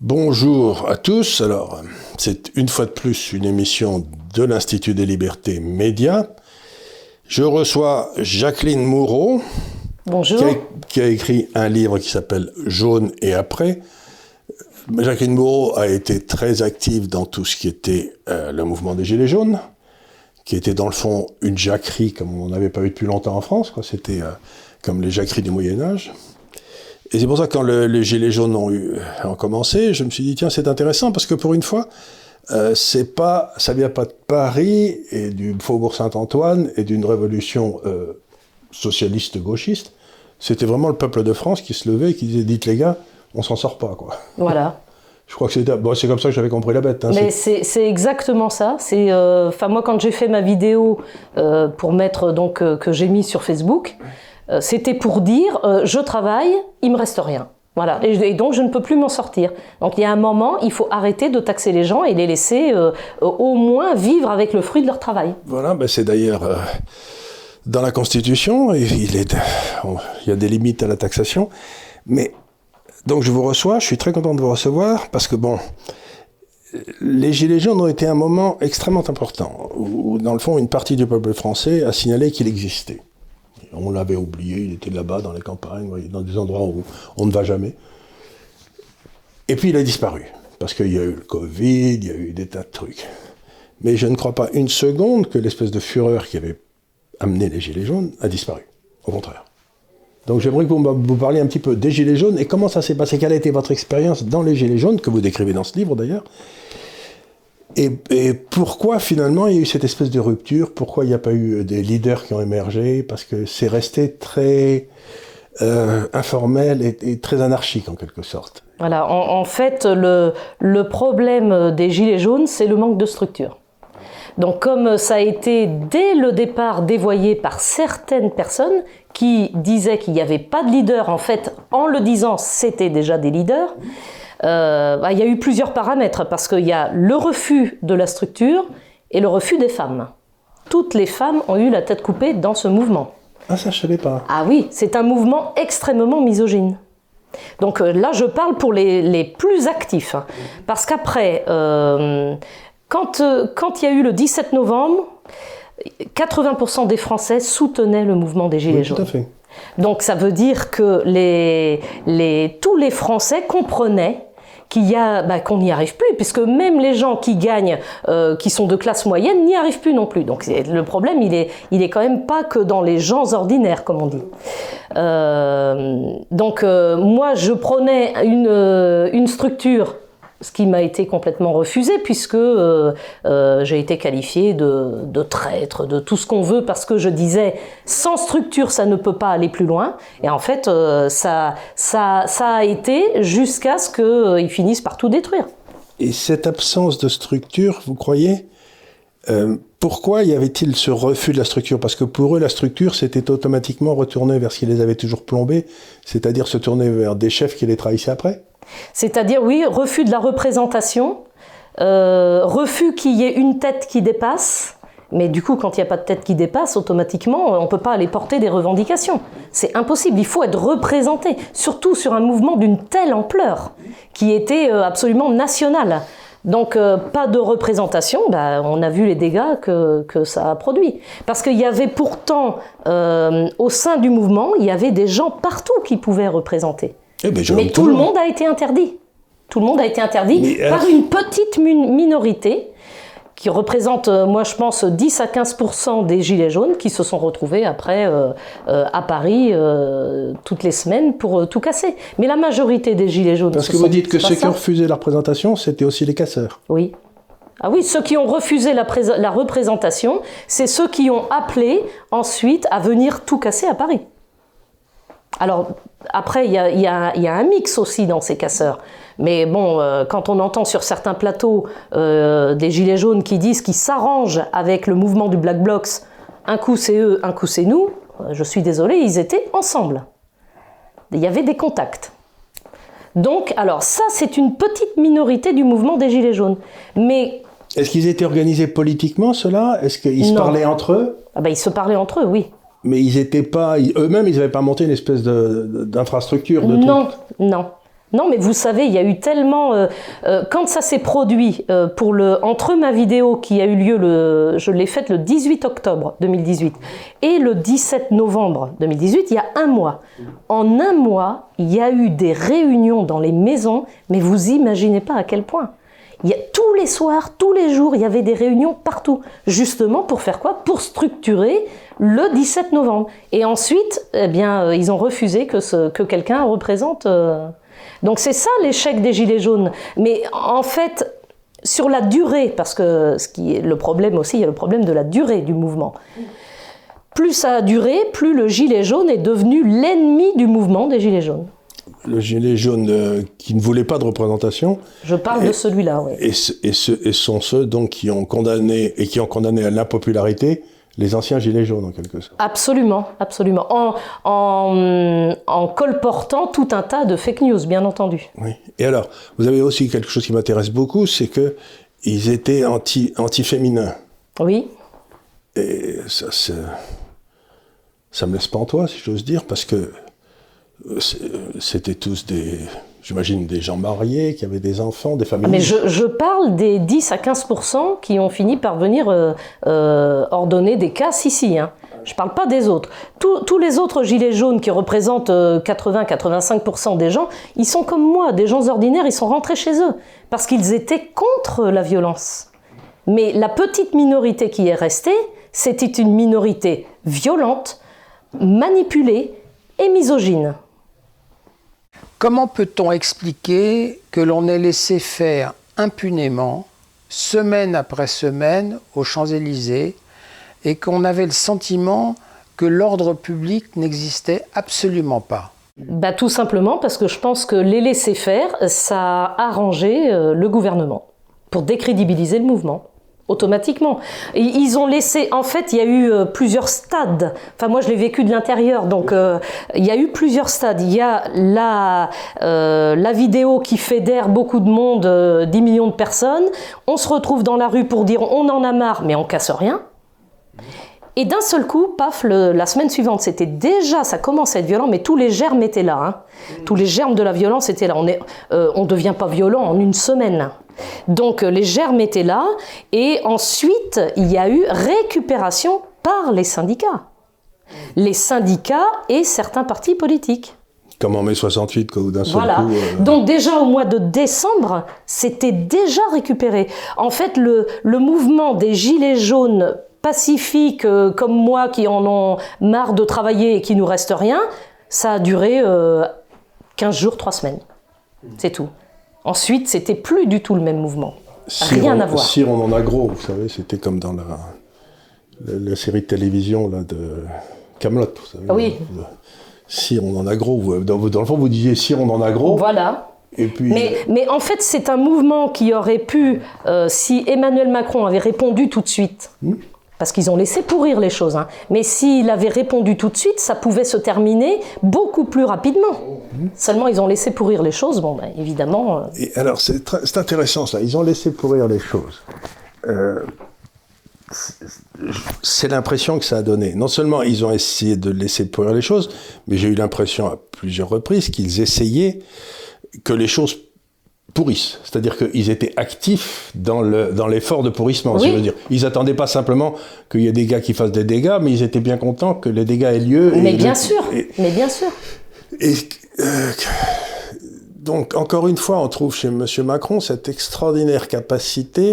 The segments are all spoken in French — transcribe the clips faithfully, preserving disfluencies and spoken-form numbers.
Bonjour à tous. Alors, c'est une fois de plus une émission de l'Institut des Libertés Médias. Je reçois Jacqueline Moureau. Bonjour. Qui a, qui a écrit un livre qui s'appelle Jaune et après. Jacqueline Moureau a été très active dans tout ce qui était euh, le mouvement des Gilets jaunes, qui était dans le fond une jacquerie comme on n'avait pas eu depuis longtemps en France, quoi. C'était euh, comme les jacqueries du Moyen-Âge. Et c'est pour ça que quand le, les Gilets jaunes ont, eu, ont commencé, je me suis dit, tiens, c'est intéressant, parce que pour une fois, euh, c'est pas, ça vient pas de Paris et du Faubourg Saint-Antoine et d'une révolution euh, socialiste-gauchiste. C'était vraiment le peuple de France qui se levait et qui disait, dites les gars, on s'en sort pas, quoi. Voilà. Je crois que c'est, bon, c'est comme ça que j'avais compris la bête. Hein, Mais c'est... C'est, c'est exactement ça. C'est, euh, moi, quand j'ai fait ma vidéo euh, pour mettre, donc, euh, que j'ai mis sur Facebook, euh, c'était pour dire, euh, je travaille, il me reste rien. Voilà. Et, et donc, je ne peux plus m'en sortir. Donc, il y a un moment, il faut arrêter de taxer les gens et les laisser euh, euh, au moins vivre avec le fruit de leur travail. Voilà, ben c'est d'ailleurs... Euh... Dans la Constitution, il, est, il y a des limites à la taxation, mais donc je vous reçois, je suis très content de vous recevoir, parce que bon, les Gilets jaunes ont été un moment extrêmement important, où dans le fond, une partie du peuple français a signalé qu'il existait. On l'avait oublié, il était là-bas, dans les campagnes, dans des endroits où on ne va jamais. Et puis il a disparu, parce qu'il y a eu le Covid, il y a eu des tas de trucs. Mais je ne crois pas une seconde que l'espèce de fureur qui avait amener les Gilets jaunes a disparu, au contraire. Donc j'aimerais que vous me parliez un petit peu des Gilets jaunes et comment ça s'est passé, quelle a été votre expérience dans les Gilets jaunes, que vous décrivez dans ce livre d'ailleurs, et, et pourquoi finalement il y a eu cette espèce de rupture, pourquoi il n'y a pas eu des leaders qui ont émergé, parce que c'est resté très euh, informel et, et très anarchique en quelque sorte. Voilà, en, en fait le, le problème des Gilets jaunes, c'est le manque de structure. Donc comme ça a été dès le départ dévoyé par certaines personnes qui disaient qu'il n'y avait pas de leader, en fait en le disant c'était déjà des leaders, euh, bah, il y a eu plusieurs paramètres parce qu'il y a le refus de la structure et le refus des femmes. Toutes les femmes ont eu la tête coupée dans ce mouvement. Ah ça je savais pas. Ah oui, c'est un mouvement extrêmement misogyne. Donc euh, là je parle pour les, les plus actifs, hein, parce qu'après... Euh, Quand, euh, quand il y a eu le dix-sept novembre, quatre-vingts pour cent des Français soutenaient le mouvement des Gilets oui, jaunes. Tout à fait. Donc ça veut dire que les, les, tous les Français comprenaient qu'il y a, bah, qu'on n'y arrive plus, puisque même les gens qui gagnent, euh, qui sont de classe moyenne, n'y arrivent plus non plus. Donc le problème, il est, il est quand même pas que dans les gens ordinaires, comme on dit. Euh, donc euh, moi, je prenais une, une structure, ce qui m'a été complètement refusé, puisque euh, euh, j'ai été qualifiée de, de traître, de tout ce qu'on veut, parce que je disais, sans structure, ça ne peut pas aller plus loin. Et en fait, euh, ça, ça, ça a été jusqu'à ce qu'ils euh, finissent par tout détruire. Et cette absence de structure, vous croyez, euh, pourquoi y avait-il ce refus de la structure? Parce que pour eux, la structure, c'était automatiquement retourner vers ce qui les avait toujours plombés, c'est-à-dire se tourner vers des chefs qui les trahissaient après? C'est-à-dire, oui, refus de la représentation, euh, refus qu'il y ait une tête qui dépasse, mais du coup, quand il n'y a pas de tête qui dépasse, automatiquement, on ne peut pas aller porter des revendications. C'est impossible, il faut être représenté, surtout sur un mouvement d'une telle ampleur, qui était euh, absolument national. Donc, euh, pas de représentation, bah, on a vu les dégâts que, que ça a produit. Parce qu'il y avait pourtant, euh, au sein du mouvement, il y avait des gens partout qui pouvaient représenter. Eh ben, mais tout le monde a été interdit. Tout le monde a été interdit mais, par euh... une petite minorité qui représente, moi je pense, dix à quinze pour cent des Gilets jaunes qui se sont retrouvés après euh, euh, à Paris euh, toutes les semaines pour euh, tout casser. Mais la majorité des Gilets jaunes... Parce que vous dites que ceux qui ont refusé la représentation, c'était aussi les casseurs. Oui. Ah oui, ceux qui ont refusé la, pré- la représentation, c'est ceux qui ont appelé ensuite à venir tout casser à Paris. Alors, après, il y a, y a, y a un mix aussi dans ces casseurs. Mais bon, euh, quand on entend sur certains plateaux euh, des Gilets jaunes qui disent qu'ils s'arrangent avec le mouvement du Black Blocs, un coup c'est eux, un coup c'est nous, je suis désolée, ils étaient ensemble. Il y avait des contacts. Donc, alors ça, c'est une petite minorité du mouvement des Gilets jaunes. Mais... Est-ce qu'ils étaient organisés politiquement, ceux-là? Est-ce qu'ils se parlaient entre eux? Ah ben, ils se parlaient entre eux, oui. Mais ils étaient pas... Eux-mêmes, ils n'avaient pas monté une espèce de, d'infrastructure de Non, trucs. non. Non, mais vous savez, il y a eu tellement... Euh, euh, quand ça s'est produit, euh, pour le, entre ma vidéo qui a eu lieu, le, je l'ai faite le dix-huit octobre deux mille dix-huit, et le dix-sept novembre deux mille dix-huit, il y a un mois. En un mois, il y a eu des réunions dans les maisons, mais vous imaginez pas à quel point. Il y a, tous les soirs, tous les jours, il y avait des réunions partout. Justement, pour faire quoi? Pour structurer le dix-sept novembre. Et ensuite, eh bien, euh, ils ont refusé que, ce, que quelqu'un représente... Euh, Donc c'est ça l'échec des Gilets jaunes. Mais en fait, sur la durée, parce que ce qui est le problème aussi, il y a le problème de la durée du mouvement. Plus ça a duré, plus le Gilet jaune est devenu l'ennemi du mouvement des Gilets jaunes. Le Gilet jaune euh, qui ne voulait pas de représentation. Je parle et, de celui-là, oui. Et, et, ce, et sont ceux donc qui ont condamné et qui ont condamné à l'impopularité les anciens Gilets jaunes, en quelque sorte. Absolument, absolument. En, en, en colportant tout un tas de fake news, bien entendu. Oui. Et alors, vous avez aussi quelque chose qui m'intéresse beaucoup, c'est qu'ils étaient anti, anti-féminins. Oui. Et ça, ça me laisse pantois, si j'ose dire, parce que c'était tous des... J'imagine des gens mariés, qui avaient des enfants, des familles. Mais je, je parle des dix à quinze pour cent qui ont fini par venir euh, euh, ordonner des casses ici. Hein. Je ne parle pas des autres. Tous, tous les autres gilets jaunes qui représentent euh, quatre-vingts à quatre-vingt-cinq pour cent des gens, ils sont comme moi, des gens ordinaires, ils sont rentrés chez eux. Parce qu'ils étaient contre la violence. Mais la petite minorité qui est restée, c'était une minorité violente, manipulée et misogyne. Comment peut-on expliquer que l'on ait laissé faire impunément, semaine après semaine, aux Champs-Élysées, et qu'on avait le sentiment que l'ordre public n'existait absolument pas? Bah, tout simplement parce que je pense que les laisser faire, ça a arrangé euh, le gouvernement pour décrédibiliser le mouvement. Automatiquement. Ils ont laissé, en fait, il y a eu euh, plusieurs stades. Enfin, moi, je l'ai vécu de l'intérieur, donc euh, il y a eu plusieurs stades. Il y a la, euh, la vidéo qui fédère beaucoup de monde, euh, dix millions de personnes. On se retrouve dans la rue pour dire on en a marre, mais on casse rien. Et d'un seul coup, paf, le, la semaine suivante, c'était déjà, ça commence à être violent, mais tous les germes étaient là. Hein. Tous les germes de la violence étaient là. On ne euh, on devient pas violent en une semaine. Donc les germes étaient là, et ensuite il y a eu récupération par les syndicats. Les syndicats et certains partis politiques. Comme en mai soixante-huit, quoi, d'un seul voilà. coup... Euh... Donc déjà au mois de décembre, c'était déjà récupéré. En fait, le, le mouvement des Gilets jaunes pacifiques, euh, comme moi, qui en ont marre de travailler et qui nous reste rien, ça a duré euh, quinze jours, trois semaines. C'est tout. Ensuite, c'était plus du tout le même mouvement. Rien on, à voir. Si on en a gros, vous savez, c'était comme dans la, la, la série de télévision là, de Kaamelott. Vous savez, oui. Le, si on en a gros, vous, dans, dans le fond, vous disiez si on en a gros. Voilà. Et puis, mais, mais en fait, c'est un mouvement qui aurait pu, euh, si Emmanuel Macron avait répondu tout de suite, hmm. parce qu'ils ont laissé pourrir les choses, hein, mais s'il avait répondu tout de suite, ça pouvait se terminer beaucoup plus rapidement. Mmh. Seulement, ils ont laissé pourrir les choses, bon, ben, évidemment... Euh... Et alors, c'est, très, c'est intéressant, ça. Ils ont laissé pourrir les choses. Euh, c'est, c'est l'impression que ça a donné. Non seulement ils ont essayé de laisser pourrir les choses, mais j'ai eu l'impression à plusieurs reprises qu'ils essayaient que les choses pourrissent. C'est-à-dire qu'ils étaient actifs dans, le, dans l'effort de pourrissement, oui. si je veux dire. Ils n'attendaient pas simplement qu'il y ait des gars qui fassent des dégâts, mais ils étaient bien contents que les dégâts aient lieu. Mais et bien le, sûr, et, mais bien sûr. Et, euh, donc, encore une fois, on trouve chez M. Macron cette extraordinaire capacité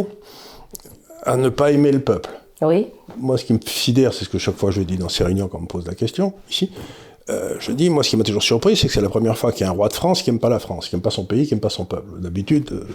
à ne pas aimer le peuple. Oui. Moi, ce qui me sidère, c'est ce que chaque fois je dis dans ces réunions quand on me pose la question, ici, Euh, je dis, moi, ce qui m'a toujours surpris, c'est que c'est la première fois qu'il y a un roi de France qui n'aime pas la France, qui n'aime pas son pays, qui n'aime pas son peuple. D'habitude, euh,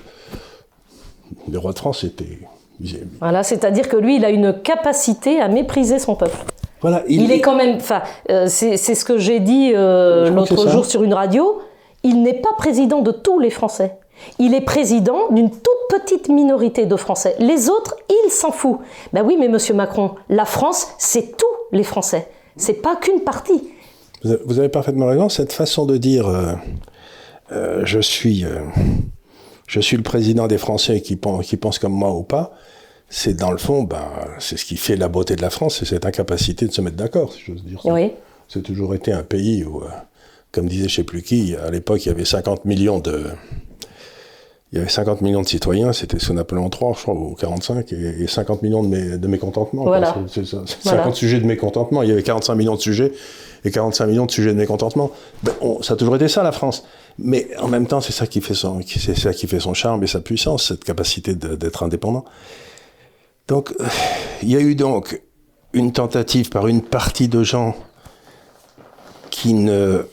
les rois de France étaient... Voilà, c'est-à-dire que lui, il a une capacité à mépriser son peuple. Voilà, il, il est quand même... Enfin, euh, c'est, c'est ce que j'ai dit euh, l'autre jour sur une radio. Il n'est pas président de tous les Français. Il est président d'une toute petite minorité de Français. Les autres, il s'en fout. Ben oui, mais monsieur Macron, la France, c'est tous les Français. C'est pas qu'une partie. Vous avez parfaitement raison, cette façon de dire euh, euh, je suis euh, je suis le président des Français qui, qui pensent comme moi ou pas, c'est dans le fond, ben, c'est ce qui fait la beauté de la France, c'est cette incapacité de se mettre d'accord, si j'ose dire ça. Oui. C'est toujours été un pays où, euh, comme disait je ne sais plus qui, à l'époque, il y avait cinquante millions de... Il y avait cinquante millions de citoyens, c'était sous Napoléon trois, je crois, ou quarante-cinq, et, et cinquante millions de, mé, de mécontentements. Voilà. C'est, c'est, c'est voilà. cinquante sujets de mécontentement. Il y avait quarante-cinq millions de sujets et quarante-cinq millions de sujets de mécontentement. Ben, on, ça a toujours été ça, la France. Mais en même temps, c'est ça qui fait son, c'est ça qui fait son charme et sa puissance, cette capacité de, d'être indépendant. Donc, euh, il y a eu donc une tentative par une partie de gens qui ne,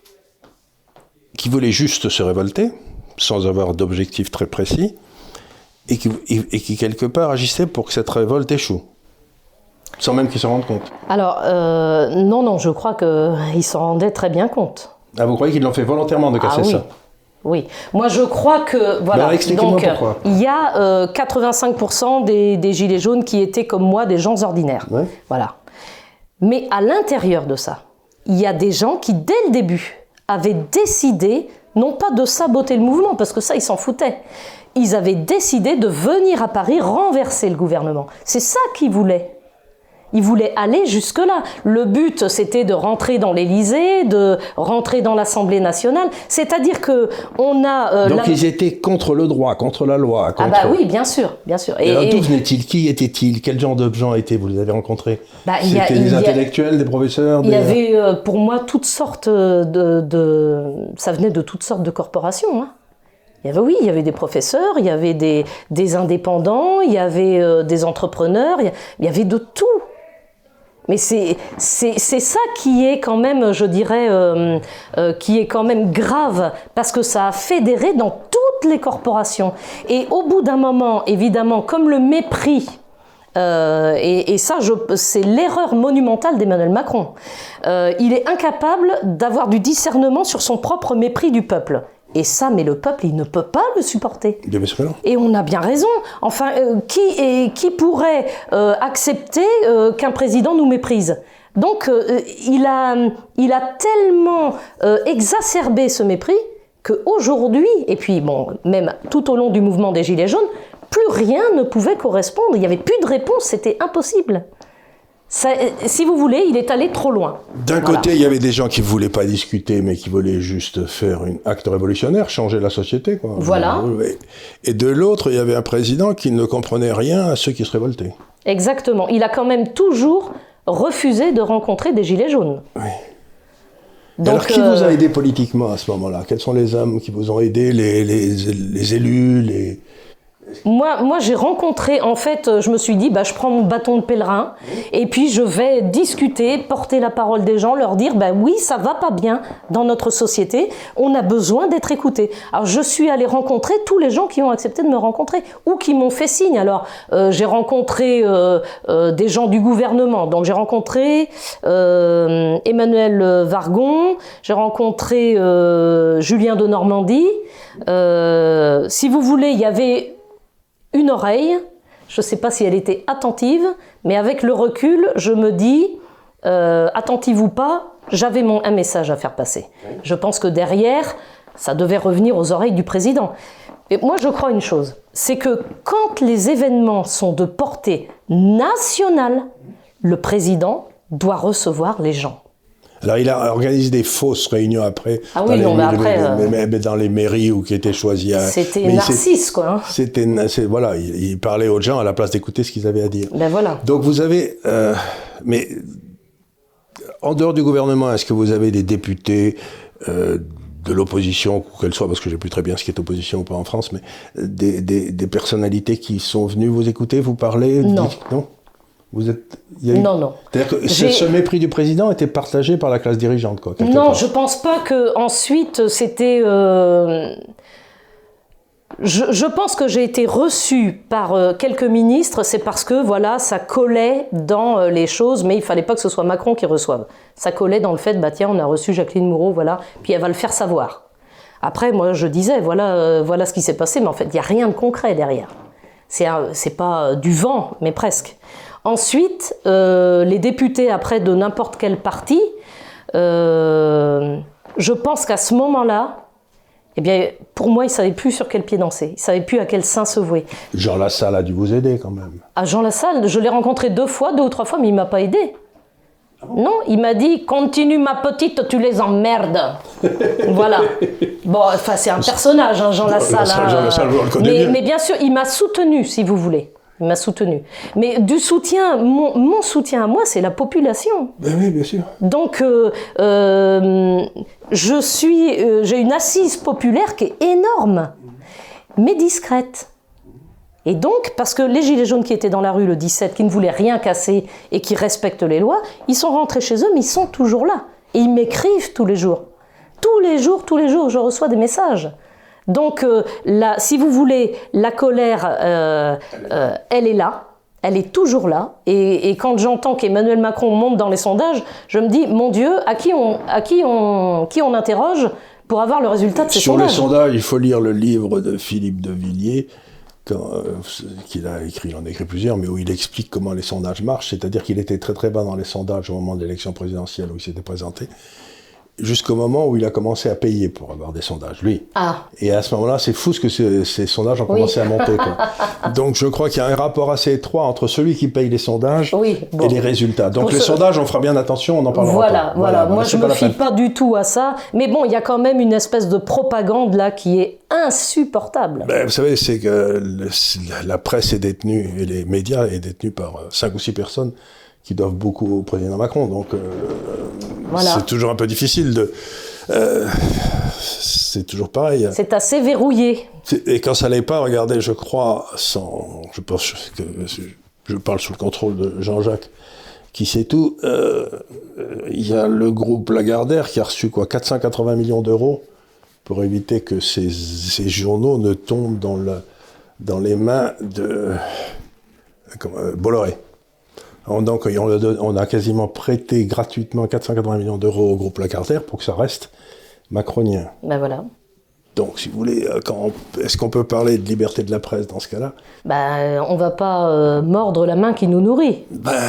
qui voulaient juste se révolter, sans avoir d'objectif très précis, et qui, et, et qui, quelque part, agissaient pour que cette révolte échoue, sans même qu'ils s'en rendent compte. Alors, euh, non, non, je crois qu'ils s'en rendaient très bien compte. Ah, vous croyez qu'ils l'ont fait volontairement de casser ah, oui. ça? Oui. Moi, je crois que... Voilà. Ben, expliquez-moi donc, pourquoi. Il y a euh, quatre-vingt-cinq pour cent des, des gilets jaunes qui étaient, comme moi, des gens ordinaires. Ouais. Voilà. Mais à l'intérieur de ça, il y a des gens qui, dès le début, avaient décidé... non pas de saboter le mouvement, parce que ça, ils s'en foutaient. Ils avaient décidé de venir à Paris renverser le gouvernement. C'est ça qu'ils voulaient. Ils voulaient aller jusque-là. Le but, c'était de rentrer dans l'Élysée, de rentrer dans l'Assemblée nationale. C'est-à-dire qu'on a... Euh, Donc la... ils étaient contre le droit, contre la loi. Contre... Ah bah oui, bien sûr, bien sûr. Et, et alors d'où et... venaient-ils? Qui étaient-ils? Quel genre de gens étaient? Vous les avez rencontrés? bah, C'était a, des a, intellectuels, des professeurs? Il des... y avait euh, pour moi toutes sortes de, de... Ça venait de toutes sortes de corporations, hein. Il y avait, oui, il y avait des professeurs, il y avait des, des indépendants, il y avait euh, des entrepreneurs, il y, il y avait de tout. Mais c'est, c'est, c'est ça qui est quand même, je dirais, euh, euh, qui est quand même grave, parce que ça a fédéré dans toutes les corporations. Et au bout d'un moment, évidemment, comme le mépris, euh, et, et ça, je, c'est l'erreur monumentale d'Emmanuel Macron, euh, il est incapable d'avoir du discernement sur son propre mépris du peuple. Et ça, mais le peuple, il ne peut pas le supporter. Bien sûr que non. Et on a bien raison. Enfin, euh, qui, est, qui pourrait euh, accepter euh, qu'un président nous méprise? Donc, euh, il, a, il a tellement euh, exacerbé ce mépris qu'aujourd'hui, et puis bon, même tout au long du mouvement des Gilets jaunes, plus rien ne pouvait correspondre. Il n'y avait plus de réponse, c'était impossible. Ça, si vous voulez, il est allé trop loin. D'un voilà. côté, il y avait des gens qui ne voulaient pas discuter, mais qui voulaient juste faire un acte révolutionnaire, changer la société, quoi. Voilà. Et de l'autre, il y avait un président qui ne comprenait rien à ceux qui se révoltaient. Exactement. Il a quand même toujours refusé de rencontrer des gilets jaunes. Oui. Donc, alors, qui euh... vous a aidé politiquement à ce moment-là? Quels sont les hommes qui vous ont aidé, les, les, les élus, les... Moi, moi, j'ai rencontré, en fait, je me suis dit, bah, je prends mon bâton de pèlerin et puis je vais discuter, porter la parole des gens, leur dire, bah oui, ça va pas bien dans notre société, on a besoin d'être écouté. Alors, je suis allée rencontrer tous les gens qui ont accepté de me rencontrer ou qui m'ont fait signe. Alors, euh, j'ai rencontré euh, euh, des gens du gouvernement, donc j'ai rencontré euh, Emmanuel Vargon, j'ai rencontré euh, Julien de Normandie. Euh, si vous voulez, il y avait une oreille, je ne sais pas si elle était attentive, mais avec le recul, je me dis, euh, attentive ou pas, j'avais mon, un message à faire passer. Je pense que derrière, ça devait revenir aux oreilles du président. Et moi, je crois une chose, c'est que quand les événements sont de portée nationale, le président doit recevoir les gens. Alors, il a organisé des fausses réunions après, ah oui, dans, les, non, mais après, les, euh... dans les mairies où qui étaient choisis. À... C'était Narcisse, quoi. Hein. C'était, c'est, voilà, il, il parlait aux gens à la place d'écouter ce qu'ils avaient à dire. Ben voilà. Donc vous avez, euh, mais en dehors du gouvernement, est-ce que vous avez des députés euh, de l'opposition, qu'elle soit, parce que je ne sais plus très bien ce qui est opposition ou pas en France, mais des, des, des personnalités qui sont venues vous écouter, vous parler? Non. Non. Vous êtes, il y a eu... Non, non. C'est-à-dire que ce mépris du président était partagé par la classe dirigeante, quoi. Non, part. je pense pas que ensuite c'était. Euh... Je, je pense que j'ai été reçue par euh, quelques ministres, c'est parce que voilà, ça collait dans euh, les choses, mais il fallait pas que ce soit Macron qui reçoive. Ça collait dans le fait, bah tiens, on a reçu Jacqueline Moreau, voilà, puis elle va le faire savoir. Après, moi, je disais, voilà, euh, voilà ce qui s'est passé, mais en fait, il y a rien de concret derrière. C'est, un, c'est pas du vent, mais presque. Ensuite, euh, les députés après de n'importe quel parti, euh, je pense qu'à ce moment-là, eh bien, pour moi, ils ne savaient plus sur quel pied danser. Ils ne savaient plus à quel sein se vouer. Jean Lassalle a dû vous aider quand même. Ah, Jean Lassalle, je l'ai rencontré deux fois, deux ou trois fois, mais il ne m'a pas aidé. Non, il m'a dit « Continue ma petite, tu les emmerdes ». Voilà. Bon, enfin, c'est un personnage, hein, Jean Lassalle. Jean Lassalle, on le connaît mais, bien. mais bien sûr, il m'a soutenu, si vous voulez. Il m'a soutenu. Mais du soutien, mon, mon soutien à moi, c'est la population. Ben oui, bien sûr. Donc, euh, euh, je suis, euh, j'ai une assise populaire qui est énorme, mais discrète. Et donc, parce que les gilets jaunes qui étaient dans la rue le dix-sept, qui ne voulaient rien casser et qui respectent les lois, ils sont rentrés chez eux, mais ils sont toujours là. Et ils m'écrivent tous les jours. Tous les jours, tous les jours, je reçois des messages. Donc, euh, la, si vous voulez, la colère, euh, euh, elle est là. Elle est toujours là. Et, et quand j'entends qu'Emmanuel Macron monte dans les sondages, je me dis, mon Dieu, à qui on, à qui on, qui on interroge pour avoir le résultat de ces Sur sondages ? les sondages, il faut lire le livre de Philippe de Villiers, quand, euh, qu'il a écrit, j'en ai écrit plusieurs, mais où il explique comment les sondages marchent, c'est-à-dire qu'il était très très bas dans les sondages au moment de l'élection présidentielle où il s'était présenté, jusqu'au moment où il a commencé à payer pour avoir des sondages, lui. Ah. Et à ce moment-là, c'est fou ce que ces, ces sondages ont commencé Oui. à monter, quoi. Donc je crois qu'il y a un rapport assez étroit entre celui qui paye les sondages Oui, bon. et les résultats. Donc Pour les ce... sondages, on fera bien attention, on en parlera Voilà, pas. voilà. Moi, c'est je pas me la fie peine. pas du tout à ça. Mais bon, il y a quand même une espèce de propagande là qui est insupportable. Ben, vous savez, c'est que le, la presse est détenue, et les médias est détenue par euh, cinq ou six personnes qui doivent beaucoup au président Macron. Donc, euh, Voilà. c'est toujours un peu difficile de... Euh, c'est toujours pareil. C'est assez verrouillé. C'est- Et quand ça l'est pas, regardez, je crois, sans... Je pense que je parle sous le contrôle de Jean-Jacques, qui sait tout. Euh, Il y a le groupe Lagardère qui a reçu, quoi, quatre cent quatre-vingts millions d'euros pour éviter que ces, ces journaux ne tombent dans, le, dans les mains de comment, euh, Bolloré. On, donc, on, le donne- on a quasiment prêté gratuitement quatre cent quatre-vingts millions d'euros au groupe Lagardère pour que ça reste macronien. Ben voilà. Donc, si vous voulez, euh, quand on- est-ce qu'on peut parler de liberté de la presse dans ce cas-là? Ben, on va pas euh, mordre la main qui nous nourrit.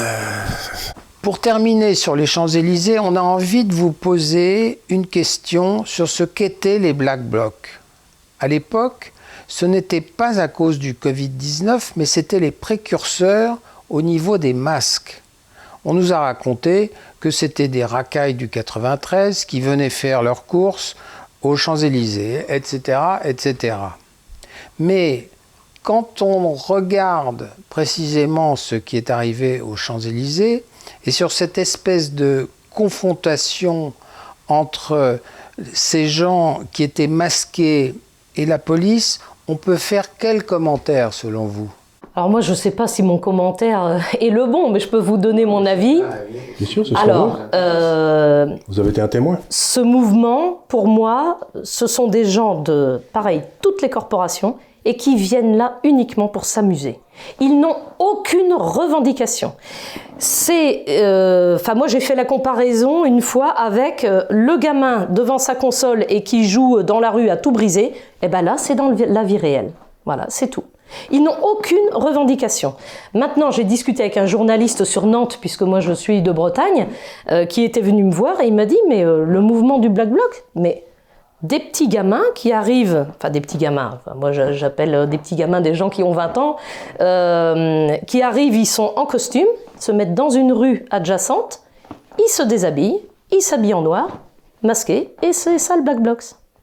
Pour terminer sur les Champs-Élysées, on a envie de vous poser une question sur ce qu'étaient les Black Blocs. À l'époque, ce n'était pas à cause du covid dix-neuf, mais c'était les précurseurs au niveau des masques. On nous a raconté que c'était des racailles du quatre-vingt-treize qui venaient faire leurs courses aux Champs-Élysées, et cetera, et cetera. Mais quand on regarde précisément ce qui est arrivé aux Champs-Élysées, et sur cette espèce de confrontation entre ces gens qui étaient masqués et la police, on peut faire quel commentaire selon vous? Alors moi, je sais pas si mon commentaire euh, est le bon, mais je peux vous donner mon avis. Bien sûr, ce sera Alors, vous. euh, Vous avez été un témoin. ce mouvement, pour moi, ce sont des gens de, pareil, toutes les corporations, et qui viennent là uniquement pour s'amuser. Ils n'ont aucune revendication. C'est, euh, enfin moi j'ai fait la comparaison une fois avec euh, le gamin devant sa console et qui joue dans la rue à tout briser. Et ben là c'est dans le- la vie réelle. Voilà, c'est tout. Ils n'ont aucune revendication. Maintenant, j'ai discuté avec un journaliste sur Nantes, puisque moi je suis de Bretagne, euh, qui était venu me voir et il m'a dit mais euh, le mouvement du Black Bloc, mais des petits gamins qui arrivent, enfin des petits gamins, enfin, moi je- j'appelle des petits gamins des gens qui ont vingt ans, euh, qui arrivent, ils sont en costume, se mettent dans une rue adjacente, ils se déshabillent, ils s'habillent en noir, masqués, et c'est ça le Black Blocs.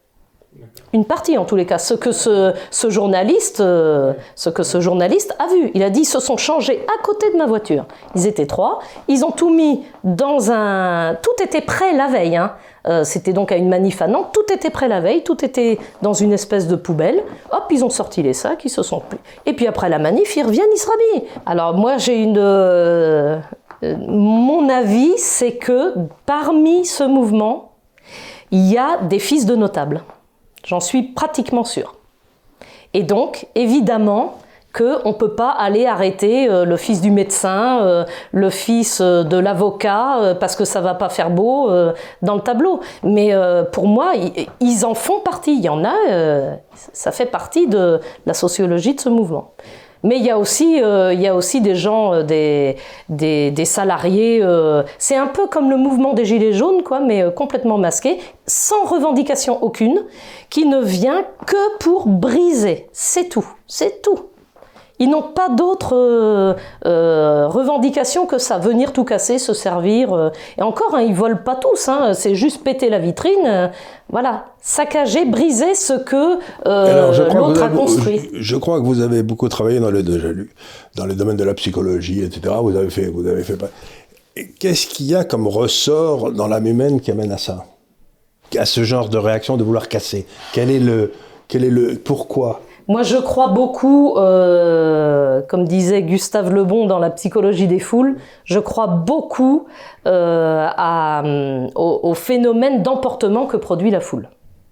Une partie en tous les cas, ce que ce, ce journaliste, euh, ce que ce journaliste a vu. Il a dit ils se sont changés à côté de ma voiture. Ils étaient trois, ils ont tout mis dans un... Tout était prêt la veille, hein. Euh, c'était donc à une manif à Nantes, tout était prêt la veille, tout était dans une espèce de poubelle. Hop, ils ont sorti les sacs, ils se sont pris. Et puis après la manif, ils reviennent, ils se rhabillent. Alors moi j'ai une... euh, euh, mon avis, c'est que parmi ce mouvement, il y a des fils de notables. J'en suis pratiquement sûre. Et donc, évidemment, qu'on ne peut pas aller arrêter euh, le fils du médecin, euh, le fils euh, de l'avocat, euh, parce que ça ne va pas faire beau euh, dans le tableau. Mais euh, pour moi, ils, ils en font partie. Il y en a, euh, ça fait partie de la sociologie de ce mouvement. Mais il y a aussi, euh, il y a aussi des gens, euh, des, des, des salariés, euh, c'est un peu comme le mouvement des Gilets jaunes, quoi, mais euh, complètement masqués, sans revendication aucune, qui ne vient que pour briser. C'est tout, c'est tout. Ils n'ont pas d'autres euh, euh, revendications que ça, venir tout casser, se servir. Euh, et encore, hein, ils volent pas tous, hein, c'est juste péter la vitrine, euh, voilà, saccager, briser ce que euh, l'autre a construit. Je, je crois que vous avez beaucoup travaillé dans le déjà lu, dans les domaines de la psychologie, et cetera. Vous avez fait, vous avez fait. Qu'est-ce qu'il y a comme ressort dans l'âme humaine qui amène à ça, à ce genre de réaction de vouloir casser? Quel est le, quel est le, pourquoi? Moi, je crois beaucoup, euh, comme disait Gustave Le Bon dans La psychologie des foules, je crois beaucoup euh, à, au, au phénomène d'emportement que produit la foule.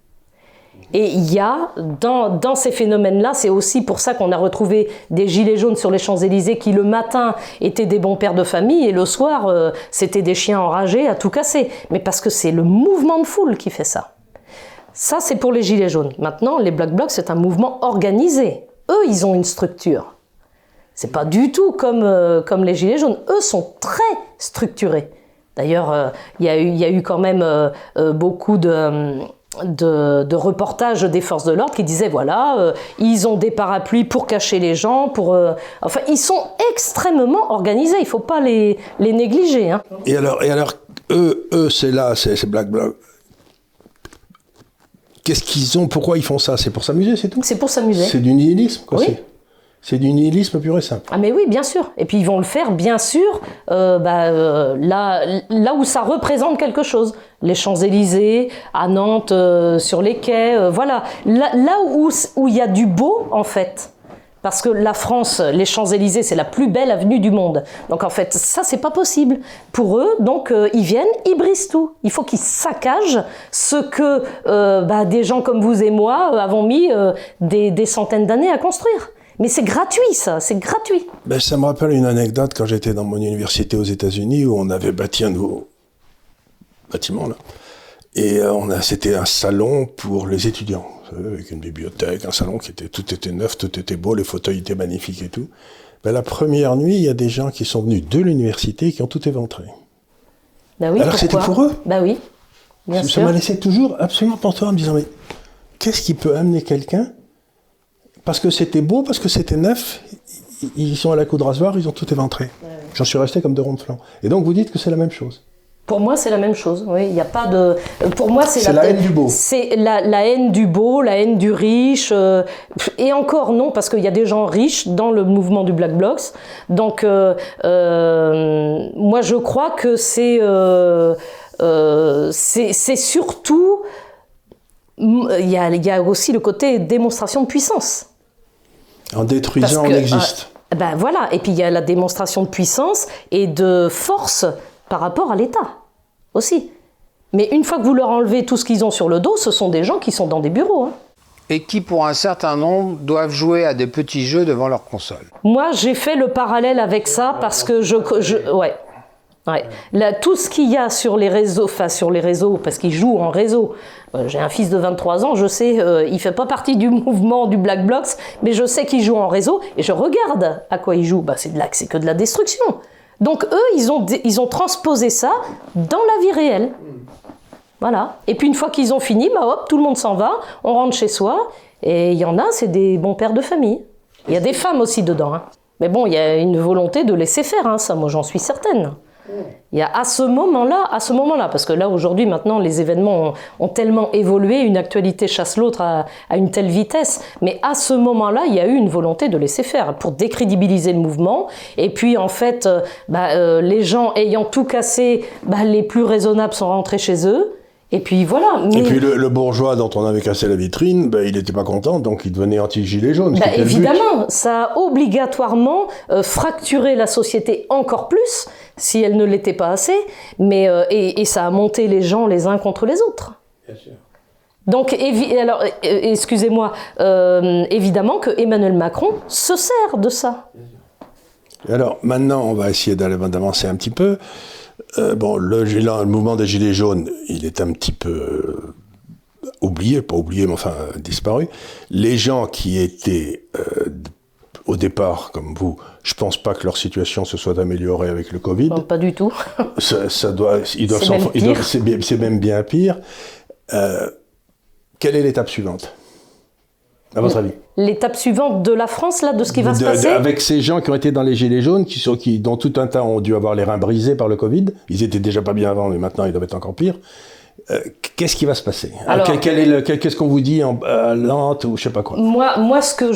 Et il y a, dans, dans ces phénomènes-là, c'est aussi pour ça qu'on a retrouvé des gilets jaunes sur les Champs-Élysées qui, le matin, étaient des bons pères de famille et le soir, euh, c'était des chiens enragés à tout casser. Mais parce que c'est le mouvement de foule qui fait ça. Ça, c'est pour les gilets jaunes. Maintenant, les Black Blocs, c'est un mouvement organisé. Eux, ils ont une structure. C'est pas du tout comme, euh, comme les gilets jaunes. Eux sont très structurés. D'ailleurs, euh, il y a eu, il y a eu quand même euh, euh, beaucoup de, de, de reportages des forces de l'ordre qui disaient, voilà, euh, ils ont des parapluies pour cacher les gens, pour... Euh, enfin, ils sont extrêmement organisés. Il faut pas les, les négliger. Hein. Et alors, et alors eux, eux c'est là, c'est, c'est Black Blocs. Qu'est-ce qu'ils ont? Pourquoi ils font ça? C'est pour s'amuser, c'est tout? C'est pour s'amuser. C'est du nihilisme, quoi. Oui. C'est, c'est du nihilisme pur et simple. Ah mais oui, bien sûr. Et puis ils vont le faire, bien sûr, euh, bah, euh, là, là où ça représente quelque chose. Les Champs-Élysées, à Nantes, euh, sur les quais, euh, voilà. Là, là où où il y a du beau, en fait. Parce que la France, les Champs-Élysées, c'est la plus belle avenue du monde. Donc en fait, ça, c'est pas possible pour eux. Donc euh, ils viennent, ils brisent tout. Il faut qu'ils saccagent ce que euh, bah, des gens comme vous et moi euh, avons mis euh, des, des centaines d'années à construire. Mais c'est gratuit, ça, c'est gratuit. Ben, ça me rappelle une anecdote quand j'étais dans mon université aux États-Unis où on avait bâti un nouveau bâtiment, là. Et euh, on a, c'était un salon pour les étudiants, avec une bibliothèque, un salon qui était, tout était neuf, tout était beau, les fauteuils étaient magnifiques et tout. Ben, la première nuit, il y a des gens qui sont venus de l'université et qui ont tout éventré. Bah oui, alors pourquoi? c'était pour eux. Bah oui, bien ça, sûr. Ça m'a laissé toujours absolument pantois en me disant, mais qu'est-ce qui peut amener quelqu'un? Parce que c'était beau, parce que c'était neuf, ils sont à la coup de rasoir, ils ont tout éventré. Ouais. J'en suis resté comme de ronds de flanc. Et donc vous dites que c'est la même chose? Pour moi, c'est la même chose. Oui, il n'y a pas de. Pour moi, c'est, c'est la, la haine du beau. C'est la, la haine du beau, la haine du riche. Euh, et encore non, parce qu'il y a des gens riches dans le mouvement du Black Blocs. Donc, euh, euh, moi, je crois que c'est, euh, euh, c'est, c'est surtout. Il y a, il y a aussi le côté démonstration de puissance. En détruisant, que, on existe. Euh, ben voilà. Et puis il y a la démonstration de puissance et de force par rapport à l'État aussi. Mais une fois que vous leur enlevez tout ce qu'ils ont sur le dos, ce sont des gens qui sont dans des bureaux. Hein. Et qui, pour un certain nombre, doivent jouer à des petits jeux devant leur console. Moi, j'ai fait le parallèle avec ça parce que je... je ouais. Ouais. Là, tout ce qu'il y a sur les réseaux, enfin sur les réseaux, parce qu'ils jouent en réseau. Euh, j'ai un fils de vingt-trois ans, je sais, euh, il fait pas partie du mouvement du Black Blocs, mais je sais qu'il joue en réseau et je regarde à quoi il joue. Bah, c'est de la, c'est que de la destruction. Donc eux, ils ont, ils ont transposé ça dans la vie réelle. Voilà. Et puis une fois qu'ils ont fini, bah hop, tout le monde s'en va, on rentre chez soi. Et il y en a, c'est des bons pères de famille. Il y a des femmes aussi dedans. Hein. Mais bon, il y a une volonté de laisser faire, hein, ça, moi j'en suis certaine. Il y a à ce moment-là, à ce moment-là, parce que là aujourd'hui, maintenant, les événements ont, ont tellement évolué, une actualité chasse l'autre à, à une telle vitesse. Mais à ce moment-là, il y a eu une volonté de laisser faire pour décrédibiliser le mouvement. Et puis en fait, bah, euh, les gens ayant tout cassé, bah, les plus raisonnables sont rentrés chez eux. Et puis voilà. Mais... Et puis le, le bourgeois dont on avait cassé la vitrine, ben, il n'était pas content, donc il devenait anti-gilet jaune. Bah, évidemment, ça a obligatoirement euh, fracturé la société encore plus, si elle ne l'était pas assez, mais, euh, et, et ça a monté les gens les uns contre les autres. Bien sûr. Donc, évi- alors, euh, excusez-moi, euh, évidemment que Emmanuel Macron se sert de ça. Alors, maintenant, on va essayer d'avancer un petit peu. Euh, bon, le, le mouvement des Gilets jaunes, il est un petit peu euh, oublié, pas oublié, mais enfin euh, disparu. Les gens qui étaient euh, au départ, comme vous, je pense pas que leur situation se soit améliorée avec le Covid. Non, pas du tout. ça, ça doit, ils doivent c'est, s'en, même ils doivent, c'est, bien, c'est même bien pire. Euh, quelle est l'étape suivante ? À votre avis? L'étape suivante de la France, là, de ce qui va de, se passer? de, Avec ces gens qui ont été dans les Gilets jaunes, qui, sont, qui dans tout un tas ont dû avoir les reins brisés par le Covid. Ils étaient déjà pas bien avant, mais maintenant ils doivent être encore pire. Euh, qu'est-ce qui va se passer? Alors, quel, quel est le, quel, qu'est-ce qu'on vous dit en euh, Nantes ou je sais pas quoi? Moi, moi, ce que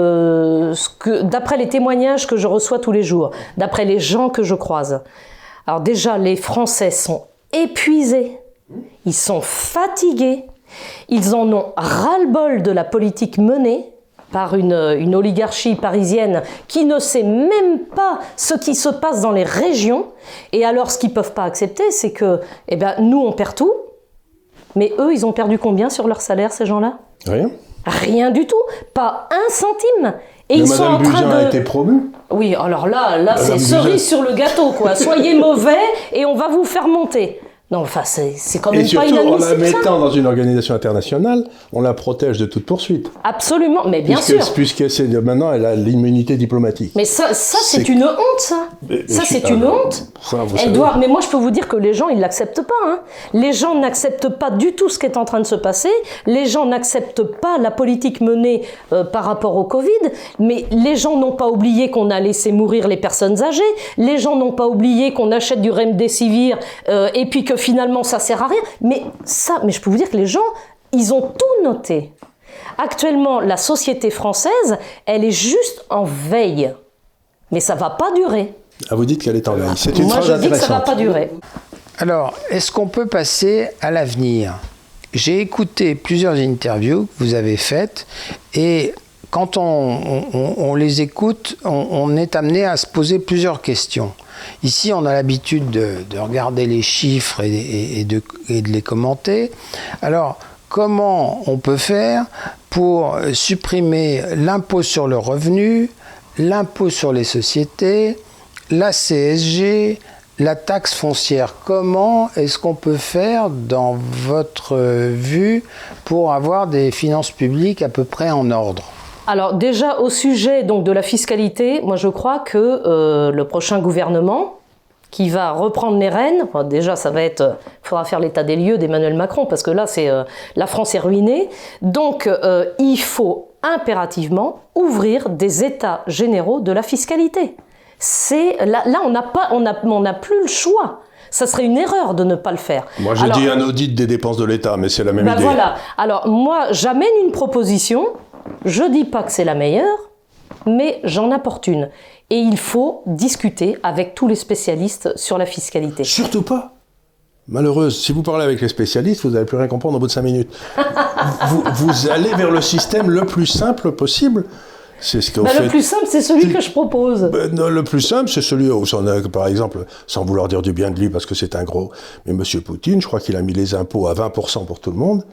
je, ce que, d'après les témoignages que je reçois tous les jours, d'après les gens que je croise, alors déjà, les Français sont épuisés, ils sont fatigués, ils en ont ras-le-bol de la politique menée par une, une oligarchie parisienne qui ne sait même pas ce qui se passe dans les régions. Et alors, ce qu'ils ne peuvent pas accepter, c'est que eh ben, nous, on perd tout, mais eux, ils ont perdu combien sur leur salaire, ces gens-là? Rien. Rien du tout, pas un centime. Et mais ils Madame sont en train Buzyn de... a été promue. Oui, alors là, là Madame c'est cerise Buzyn. sur le gâteau, quoi. Soyez mauvais et on va vous faire monter. Non, enfin, c'est, c'est quand même Et pas surtout, en la inadmissible, ça. mettant dans une organisation internationale, on la protège de toute poursuite. Absolument, mais bien Puisque, sûr. puisque c'est, maintenant, elle a l'immunité diplomatique. Mais ça, ça c'est, C'est- une honte, ça. Mais- mais ça, je- c'est ah, une non. honte. Ça, vous Elle savez. doit... Mais moi, je peux vous dire que les gens, ils l'acceptent pas. Hein. Les gens n'acceptent pas du tout ce qui est en train de se passer. Les gens n'acceptent pas la politique menée euh, par rapport au Covid. Mais les gens n'ont pas oublié qu'on a laissé mourir les personnes âgées. Les gens n'ont pas oublié qu'on achète du remdesivir euh, et puis que finalement, ça sert à rien. Mais ça, mais je peux vous dire que les gens, ils ont tout noté. Actuellement, la société française, elle est juste en veille. Mais ça va pas durer. Ah, vous dites qu'elle est en veille. C'est une Moi, phrase je dis que ça va intéressante. pas durer. Alors, est-ce qu'on peut passer à l'avenir? J'ai écouté plusieurs interviews que vous avez faites et quand on, on- on les écoute, on, on est amené à se poser plusieurs questions. Ici, on a l'habitude de, de regarder les chiffres et, et- et de, et de les commenter. Alors, comment on peut faire pour supprimer l'impôt sur le revenu, l'impôt sur les sociétés, la C S G, la taxe foncière? Comment est-ce qu'on peut faire, dans votre vue, pour avoir des finances publiques à peu près en ordre? Alors déjà au sujet donc de la fiscalité, moi je crois que euh, le prochain gouvernement qui va reprendre les rênes, enfin, déjà ça va être, il faudra faire l'état des lieux d'Emmanuel Macron parce que là c'est euh, la France est ruinée. Donc euh, il faut impérativement ouvrir des états généraux de la fiscalité. C'est là, là on n'a pas, on a, on n'a plus le choix. Ça serait une erreur de ne pas le faire. Moi, je Alors, dis un audit des dépenses de l'État, mais c'est la même bah idée. voilà. Alors moi, j'amène une proposition. Je dis pas que c'est la meilleure, mais j'en apporte une. Et il faut discuter avec tous les spécialistes sur la fiscalité. Surtout pas. Malheureuse, si vous parlez avec les spécialistes, vous n'allez plus rien comprendre au bout de cinq minutes. vous, vous allez vers le système le plus simple possible. C'est ce qu'on Bah, fait. le plus simple, c'est celui que je propose. Ben, non, le plus simple, c'est celui où, on a, par exemple, sans vouloir dire du bien de lui parce que c'est un gros, mais M. Poutine, je crois qu'il a mis les impôts à vingt pour cent pour tout le monde.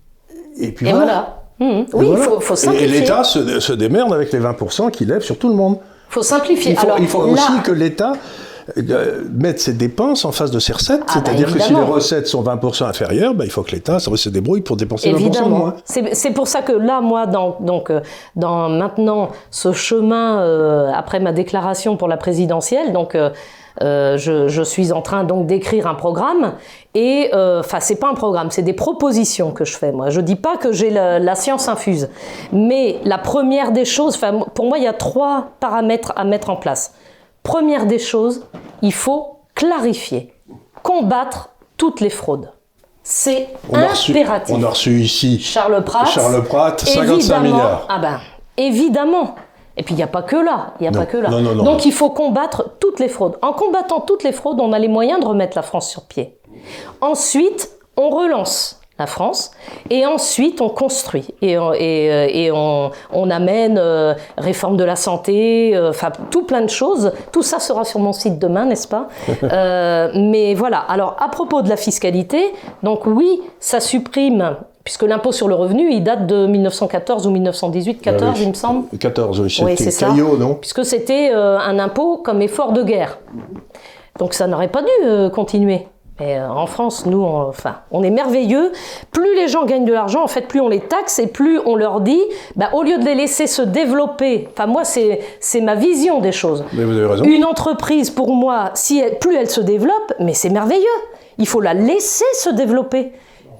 Et puis Et voilà. voilà. Mmh. Et Oui, il voilà. faut, faut Et- simplifier. Et l'État se, se démerde avec les vingt pour cent qu'il lève sur tout le monde. faut simplifier. Il faut, Alors, il faut là, aussi que l'État euh, mette ses dépenses en face de ses recettes. Ah, bah, C'est-à-dire que si les évidemment. recettes sont vingt pour cent inférieures, ben, il faut que l'État se débrouille pour dépenser vingt pour cent de évidemment. moins. C'est, c'est pour ça que là, moi, dans, donc, euh, dans maintenant ce chemin, euh, après ma déclaration pour la présidentielle, donc, euh, euh, je, je suis en train donc d'écrire un programme et enfin euh, c'est pas un programme, c'est des propositions que je fais. Moi, je dis pas que j'ai la, la science infuse, mais la première des choses, enfin pour moi il y a trois paramètres à mettre en place. Première des choses, il faut clarifier, combattre toutes les fraudes. C'est On a, reçu, impératif. on a reçu ici Charles Pratt. Charles Pratt, cinquante-cinq évidemment, milliards. Ah ben, évidemment. Et puis il n'y a pas que là, il n'y a Non, pas que là. non, non, non. Donc il faut combattre toutes les fraudes. En combattant toutes les fraudes, on a les moyens de remettre la France sur pied. Ensuite, on relance la France et ensuite on construit et, et, et on, on amène euh, réforme de la santé, enfin euh, tout plein de choses. Tout ça sera sur mon site demain, n'est-ce pas? euh, Mais voilà. Alors à propos de la fiscalité, donc oui, ça supprime. Puisque l'impôt sur le revenu, il date de mille neuf cent quatorze ou mille neuf cent dix-huit, quatorze, Ah oui. il me semble. quatorze, oui, c'était Oui, c'est ça. Caillot, non? Puisque c'était euh, un impôt comme effort de guerre. Donc ça n'aurait pas dû euh, continuer. Mais euh, en France, nous, on, enfin, on est merveilleux. Plus les gens gagnent de l'argent, en fait, plus on les taxe et plus on leur dit, bah, au lieu de les laisser se développer, enfin moi, c'est, c'est ma vision des choses. Mais vous avez raison. Une entreprise, pour moi, si elle, plus elle se développe, mais c'est merveilleux. Il faut la laisser se développer.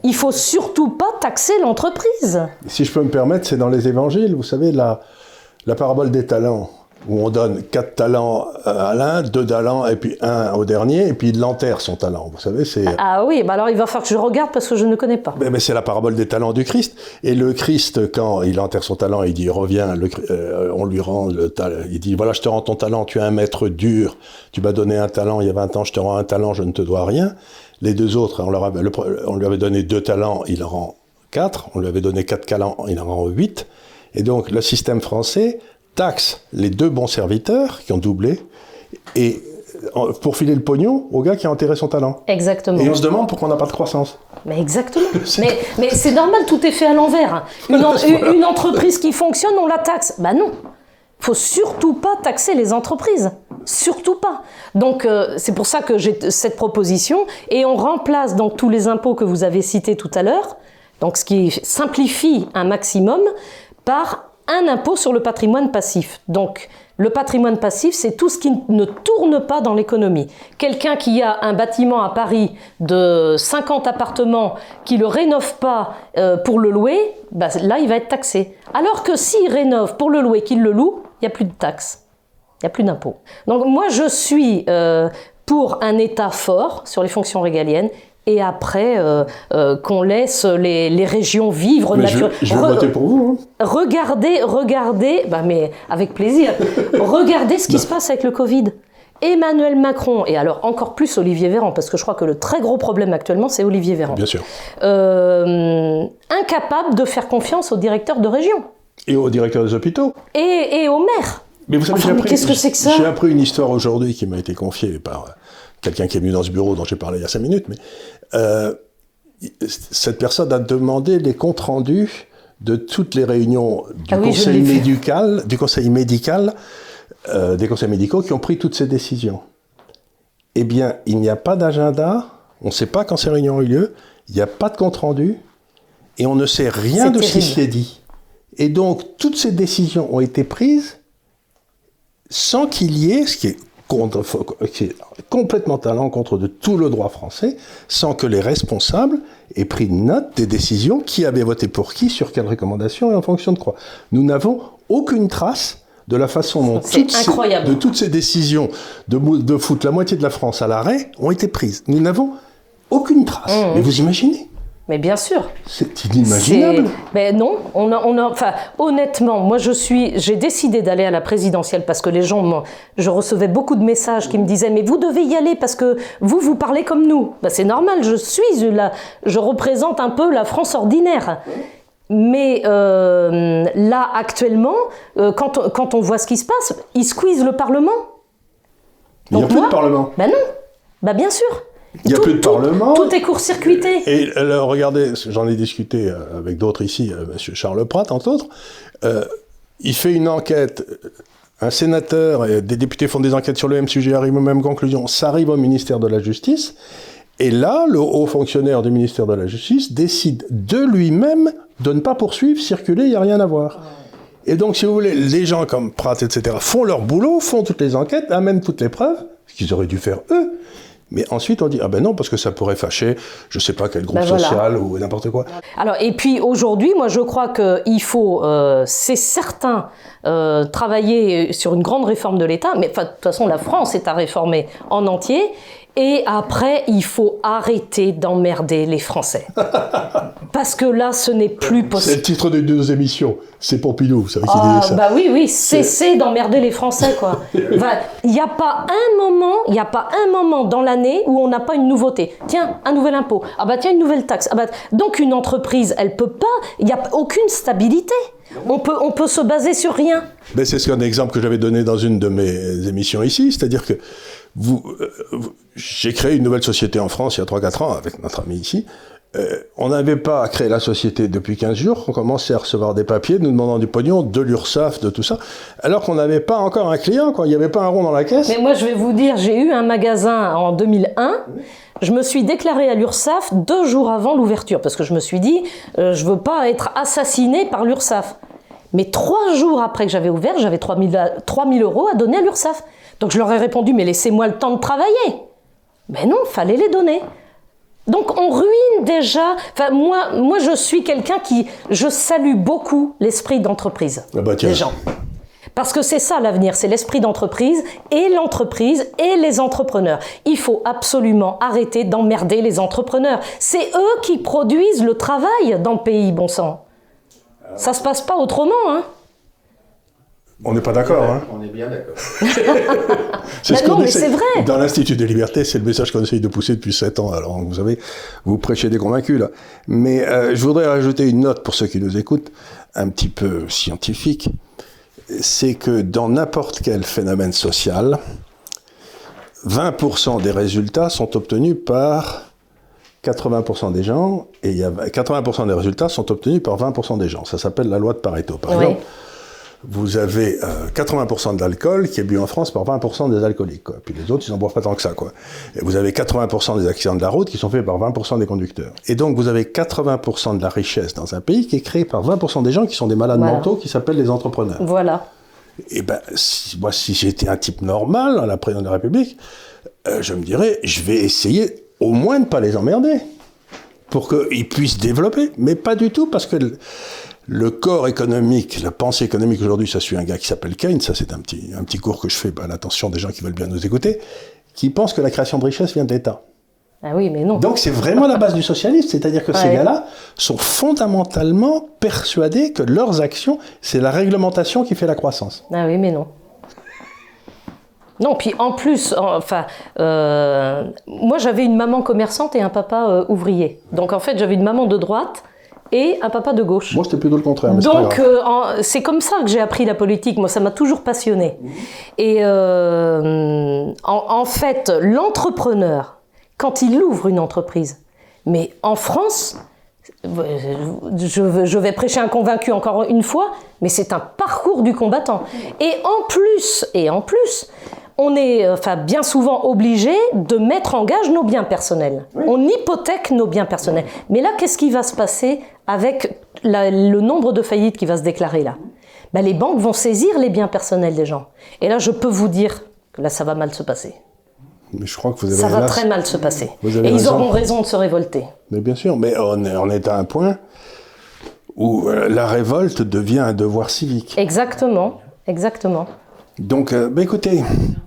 il faut surtout pas taxer l'entreprise. Si je peux me permettre, c'est dans les évangiles, vous savez, la, la parabole des talents, où on donne quatre talents à l'un, deux talents, et puis un au dernier, et puis il enterre son talent. Vous savez, c'est... Ah oui, bah alors il va falloir que je regarde parce que je ne connais pas. Mais, mais c'est la parabole des talents du Christ. Et le Christ, quand il enterre son talent, il dit, reviens, le, euh, on lui rend le talent. Il dit, voilà, je te rends ton talent, tu es un maître dur, tu m'as donné un talent il y a vingt ans, je te rends un talent, je ne te dois rien. Les deux autres, on, leur avait, le, on lui avait donné deux talents, il en rend quatre. On lui avait donné quatre talents, il en rend huit. Et donc, le système français taxe les deux bons serviteurs qui ont doublé et pour filer le pognon au gars qui a enterré son talent. Exactement. Et on se demande pourquoi on n'a pas de croissance. Mais exactement. mais, mais c'est normal, tout est fait à l'envers. Une, en, une, une entreprise qui fonctionne, on la taxe. Ben non. Il faut surtout pas taxer les entreprises. Surtout pas. Donc euh, c'est pour ça que j'ai cette proposition et on remplace donc tous les impôts que vous avez cités tout à l'heure, donc ce qui simplifie un maximum, par un impôt sur le patrimoine passif. Donc, le patrimoine passif, c'est tout ce qui ne tourne pas dans l'économie. Quelqu'un qui a un bâtiment à Paris de cinquante appartements, qui ne le rénove pas euh, pour le louer, bah, là, il va être taxé. Alors que s'il rénove pour le louer, qu'il le loue, il n'y a plus de taxes. Il n'y a plus d'impôt. Donc, moi, je suis euh, pour un État fort sur les fonctions régaliennes. Et après, euh, euh, qu'on laisse les, les régions vivre naturellement. Je, je vais Re- voter pour vous. Hein. Regardez, regardez, bah mais avec plaisir, regardez ce qui se passe avec le Covid. Emmanuel Macron, et alors encore plus Olivier Véran, parce que je crois que le très gros problème actuellement, c'est Olivier Véran. Bien sûr. Euh, incapable de faire confiance aux directeurs de région. Et aux directeurs des hôpitaux. Et, et aux maires. Mais vous savez, enfin, j'ai mais appris, qu'est-ce que c'est que ça ? J'ai appris une histoire aujourd'hui qui m'a été confiée par quelqu'un qui est venu dans ce bureau dont j'ai parlé il y a cinq minutes, mais euh, cette personne a demandé les comptes rendus de toutes les réunions du, ah oui, conseil, médical, du conseil médical, euh, des conseils médicaux qui ont pris toutes ces décisions. Eh bien, il n'y a pas d'agenda, on ne sait pas quand ces réunions ont eu lieu, il n'y a pas de compte rendu, et on ne sait rien c'est de terrible. Ce qui s'y est dit. Et donc, toutes ces décisions ont été prises sans qu'il y ait, ce qui est Contre, qui est complètement à l'encontre de tout le droit français, sans que les responsables aient pris note des décisions, qui avait voté pour qui, sur quelles recommandations et en fonction de quoi. Nous n'avons aucune trace de la façon dont toutes ces, de toutes ces décisions de, de foutre la moitié de la France à l'arrêt ont été prises. Nous n'avons aucune trace. Mmh. Mais vous imaginez ? Mais bien sûr. C'est inimaginable. Mais non, on a, on a, enfin, honnêtement, moi je suis, j'ai décidé d'aller à la présidentielle parce que les gens, moi, je recevais beaucoup de messages qui me disaient mais vous devez y aller parce que vous vous parlez comme nous. Ben, c'est normal, je suis là, je représente un peu la France ordinaire. Mais euh, là actuellement, euh, quand, on, quand on voit ce qui se passe, ils squeezent le Parlement. Il n'y a plus moi, de Parlement. Ben non, ben bien sûr. Il n'y a tout, plus de tout, Parlement. Tout est court-circuité. Et alors, regardez, j'en ai discuté avec d'autres ici, M. Charles Pratt, entre autres. Euh, il fait une enquête, un sénateur et des députés font des enquêtes sur le même sujet, arrivent aux mêmes conclusions. Ça arrive au ministère de la Justice. Et là, le haut fonctionnaire du ministère de la Justice décide de lui-même de ne pas poursuivre, circuler, il n'y a rien à voir. Et donc, si vous voulez, les gens comme Pratt, et cetera, font leur boulot, font toutes les enquêtes, amènent toutes les preuves, ce qu'ils auraient dû faire eux. Mais ensuite, on dit, ah ben non, parce que ça pourrait fâcher, je sais pas quel groupe ben voilà. social ou n'importe quoi. Alors, et puis aujourd'hui, moi je crois qu'il faut, euh, c'est certain, euh, travailler sur une grande réforme de l'État, mais de toute façon, la France est à réformer en entier. Et après, il faut arrêter d'emmerder les Français. Parce que là, ce n'est plus possible. C'est le titre de deux émissions. C'est Pompidou, vous savez qui ah, dit ça. Bah oui, oui, cessez d'emmerder les Français, quoi. Enfin, il n'y a pas un moment, il n'y a pas un moment dans l'année où on n'a pas une nouveauté. Tiens, un nouvel impôt. Ah bah tiens, une nouvelle taxe. Ah bah, donc une entreprise, elle peut pas, il n'y a aucune stabilité. On peut, on peut se baser sur rien. Mais c'est un exemple que j'avais donné dans une de mes émissions ici, c'est-à-dire que vous, euh, vous, j'ai créé une nouvelle société en France il y a trois quatre ans avec notre ami ici. Euh, on n'avait pas créé la société depuis quinze jours, on commençait à recevoir des papiers nous demandant du pognon, de l'URSSAF, de tout ça, alors qu'on n'avait pas encore un client, quoi. Il n'y avait pas un rond dans la caisse. Mais moi je vais vous dire, j'ai eu un magasin en deux mille un, je me suis déclarée à l'URSSAF deux jours avant l'ouverture, parce que je me suis dit, euh, je ne veux pas être assassinée par l'URSSAF. Mais trois jours après que j'avais ouvert, j'avais trois mille euros à donner à l'URSSAF. Donc je leur ai répondu, mais laissez-moi le temps de travailler. Mais non, fallait les donner. Donc on ruine déjà, enfin moi, moi je suis quelqu'un qui, je salue beaucoup l'esprit d'entreprise ah bah des gens. Parce que c'est ça l'avenir, c'est l'esprit d'entreprise et l'entreprise et les entrepreneurs. Il faut absolument arrêter d'emmerder les entrepreneurs. C'est eux qui produisent le travail dans le pays, bon sang. Ça se passe pas autrement, hein. On n'est pas d'accord, hein. On est bien d'accord. C'est Bah ce qu'on non, mais essaie. c'est vrai. Dans l'Institut des Libertés, c'est le message qu'on essaye de pousser depuis sept ans. Alors, vous savez, vous prêchez des convaincus, là. Mais euh, je voudrais rajouter une note pour ceux qui nous écoutent, un petit peu scientifique. C'est que dans n'importe quel phénomène social, vingt pour cent des résultats sont obtenus par quatre-vingts pour cent des gens, et il y a quatre-vingts pour cent des résultats sont obtenus par vingt pour cent des gens. Ça s'appelle la loi de Pareto. Par Oui. exemple, vous avez euh, quatre-vingts pour cent de l'alcool qui est bu en France par vingt pour cent des alcooliques, quoi. Puis les autres, ils n'en boivent pas tant que ça, quoi. Et vous avez quatre-vingts pour cent des accidents de la route qui sont faits par vingt pour cent des conducteurs. Et donc, vous avez quatre-vingts pour cent de la richesse dans un pays qui est créée par vingt pour cent des gens qui sont des malades Voilà. mentaux qui s'appellent les entrepreneurs. Voilà. Et ben, si, moi, si j'étais un type normal, à la présidence de la République, euh, je me dirais, je vais essayer au moins de ne pas les emmerder pour qu'ils puissent développer, mais pas du tout, parce que le, le corps économique, la pensée économique aujourd'hui, ça suit un gars qui s'appelle Keynes, ça c'est un petit, un petit cours que je fais à l'attention des gens qui veulent bien nous écouter, qui pense que la création de richesse vient de l'État. Ah oui, mais non. Donc c'est vraiment la base du socialisme, c'est-à-dire que Ouais. ces gars-là sont fondamentalement persuadés que leurs actions, c'est la réglementation qui fait la croissance. Ah oui, mais non. Non, puis en plus, enfin, euh, moi j'avais une maman commerçante et un papa euh, ouvrier. Donc en fait, j'avais une maman de droite et un papa de gauche. Moi, c'était plutôt le contraire. Mais c'est pas Donc grave. euh, en- c'est comme ça que j'ai appris la politique. Moi, ça m'a toujours passionnée. Et euh, en, en fait, l'entrepreneur, quand il ouvre une entreprise, mais en France, je, je vais prêcher un convaincu encore une fois, mais c'est un parcours du combattant. Et en plus, et en plus, on est enfin, bien souvent obligé de mettre en gage nos biens personnels. Oui. On hypothèque nos biens personnels. Mais là, qu'est-ce qui va se passer avec la, le nombre de faillites qui va se déclarer là ? Ben, les banques vont saisir les biens personnels des gens. Et là, je peux vous dire que là, ça va mal se passer. Mais je crois que vous avez ça va hélas, très mal se passer. Vous avez Et raison. ils auront raison de se révolter. Mais bien sûr, mais on est, on est à un point où euh, la révolte devient un devoir civique. Exactement, exactement. Donc, euh, bah, écoutez,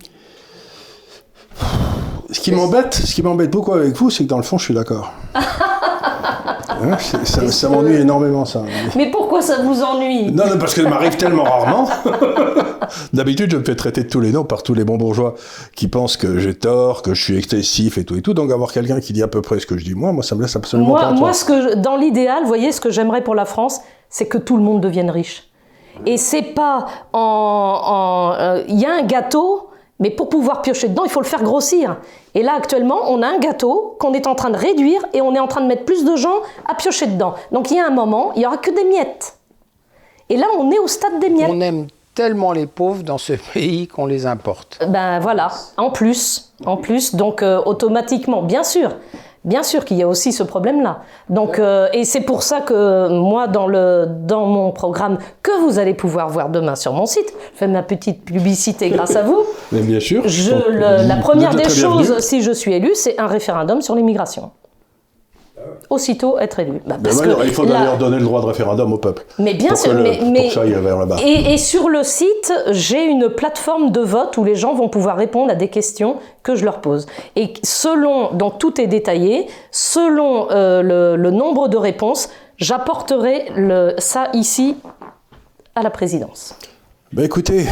ce qui m'embête, ce qui m'embête beaucoup avec vous, c'est que dans le fond, je suis d'accord. Hein, c'est- ça ça m'ennuie énormément, ça. Mais pourquoi ça vous ennuie ? Non, non, parce que ça m'arrive tellement rarement. D'habitude, je me fais traiter de tous les noms par tous les bons bourgeois qui pensent que j'ai tort, que je suis excessif et tout et tout. Donc, avoir quelqu'un qui dit à peu près ce que je dis, moi, moi, ça me laisse absolument Moi, pas moi ce que je- dans l'idéal, vous voyez, ce que j'aimerais pour la France, c'est que tout le monde devienne riche. Et c'est pas en... Il euh, y a un gâteau, mais pour pouvoir piocher dedans, il faut le faire grossir. Et là, actuellement, on a un gâteau qu'on est en train de réduire et on est en train de mettre plus de gens à piocher dedans. Donc, il y a un moment, il n'y aura que des miettes. Et là, on est au stade des miettes. On aime tellement les pauvres dans ce pays qu'on les importe. Ben voilà, en plus, en plus, donc euh, automatiquement, bien sûr, bien sûr qu'il y a aussi ce problème-là. Donc, euh, et c'est pour ça que moi, dans le dans mon programme que vous allez pouvoir voir demain sur mon site, je fais ma petite publicité grâce à vous. Mais bien sûr. Je, Donc, le- vous- la vous première êtes des très choses, bienvenue. si je suis élu, c'est un référendum sur l'immigration. Aussitôt être élu. Bah, Mais parce ouais, que il faut là- d'ailleurs donner le droit de référendum au peuple. Mais bien pour sûr, que le- mais, pour mais que ça aille vers là-bas. et, et sur le site, j'ai une plateforme de vote où les gens vont pouvoir répondre à des questions que je leur pose. Et selon, donc tout est détaillé, selon euh, le, le nombre de réponses, j'apporterai le, ça ici à la présidence. Ben écoutez,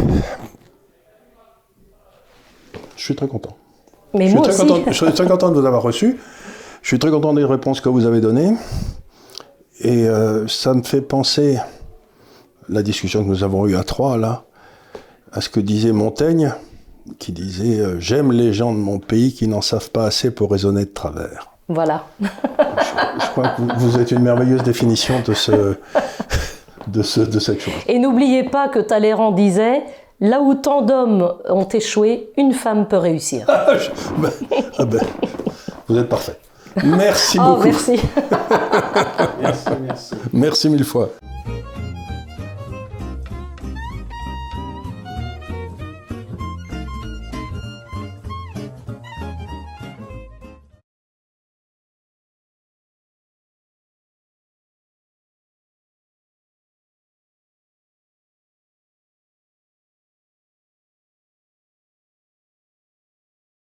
je suis très content. Mais Je suis, moi très aussi. content, je suis très content de vous avoir reçu. Je suis très content des réponses que vous avez données. Et euh, ça me fait penser, la discussion que nous avons eue à trois, là, à ce que disait Montaigne, qui disait euh, « J'aime les gens de mon pays qui n'en savent pas assez pour raisonner de travers Voilà. ». Je crois que vous, vous êtes une merveilleuse définition de, ce, de, ce, de cette chose. Et n'oubliez pas que Talleyrand disait « Là où tant d'hommes ont échoué, une femme peut réussir ». Ah, je- ben, ah ben, vous êtes parfait. Merci Oh, beaucoup. merci. Merci, merci. Merci mille fois.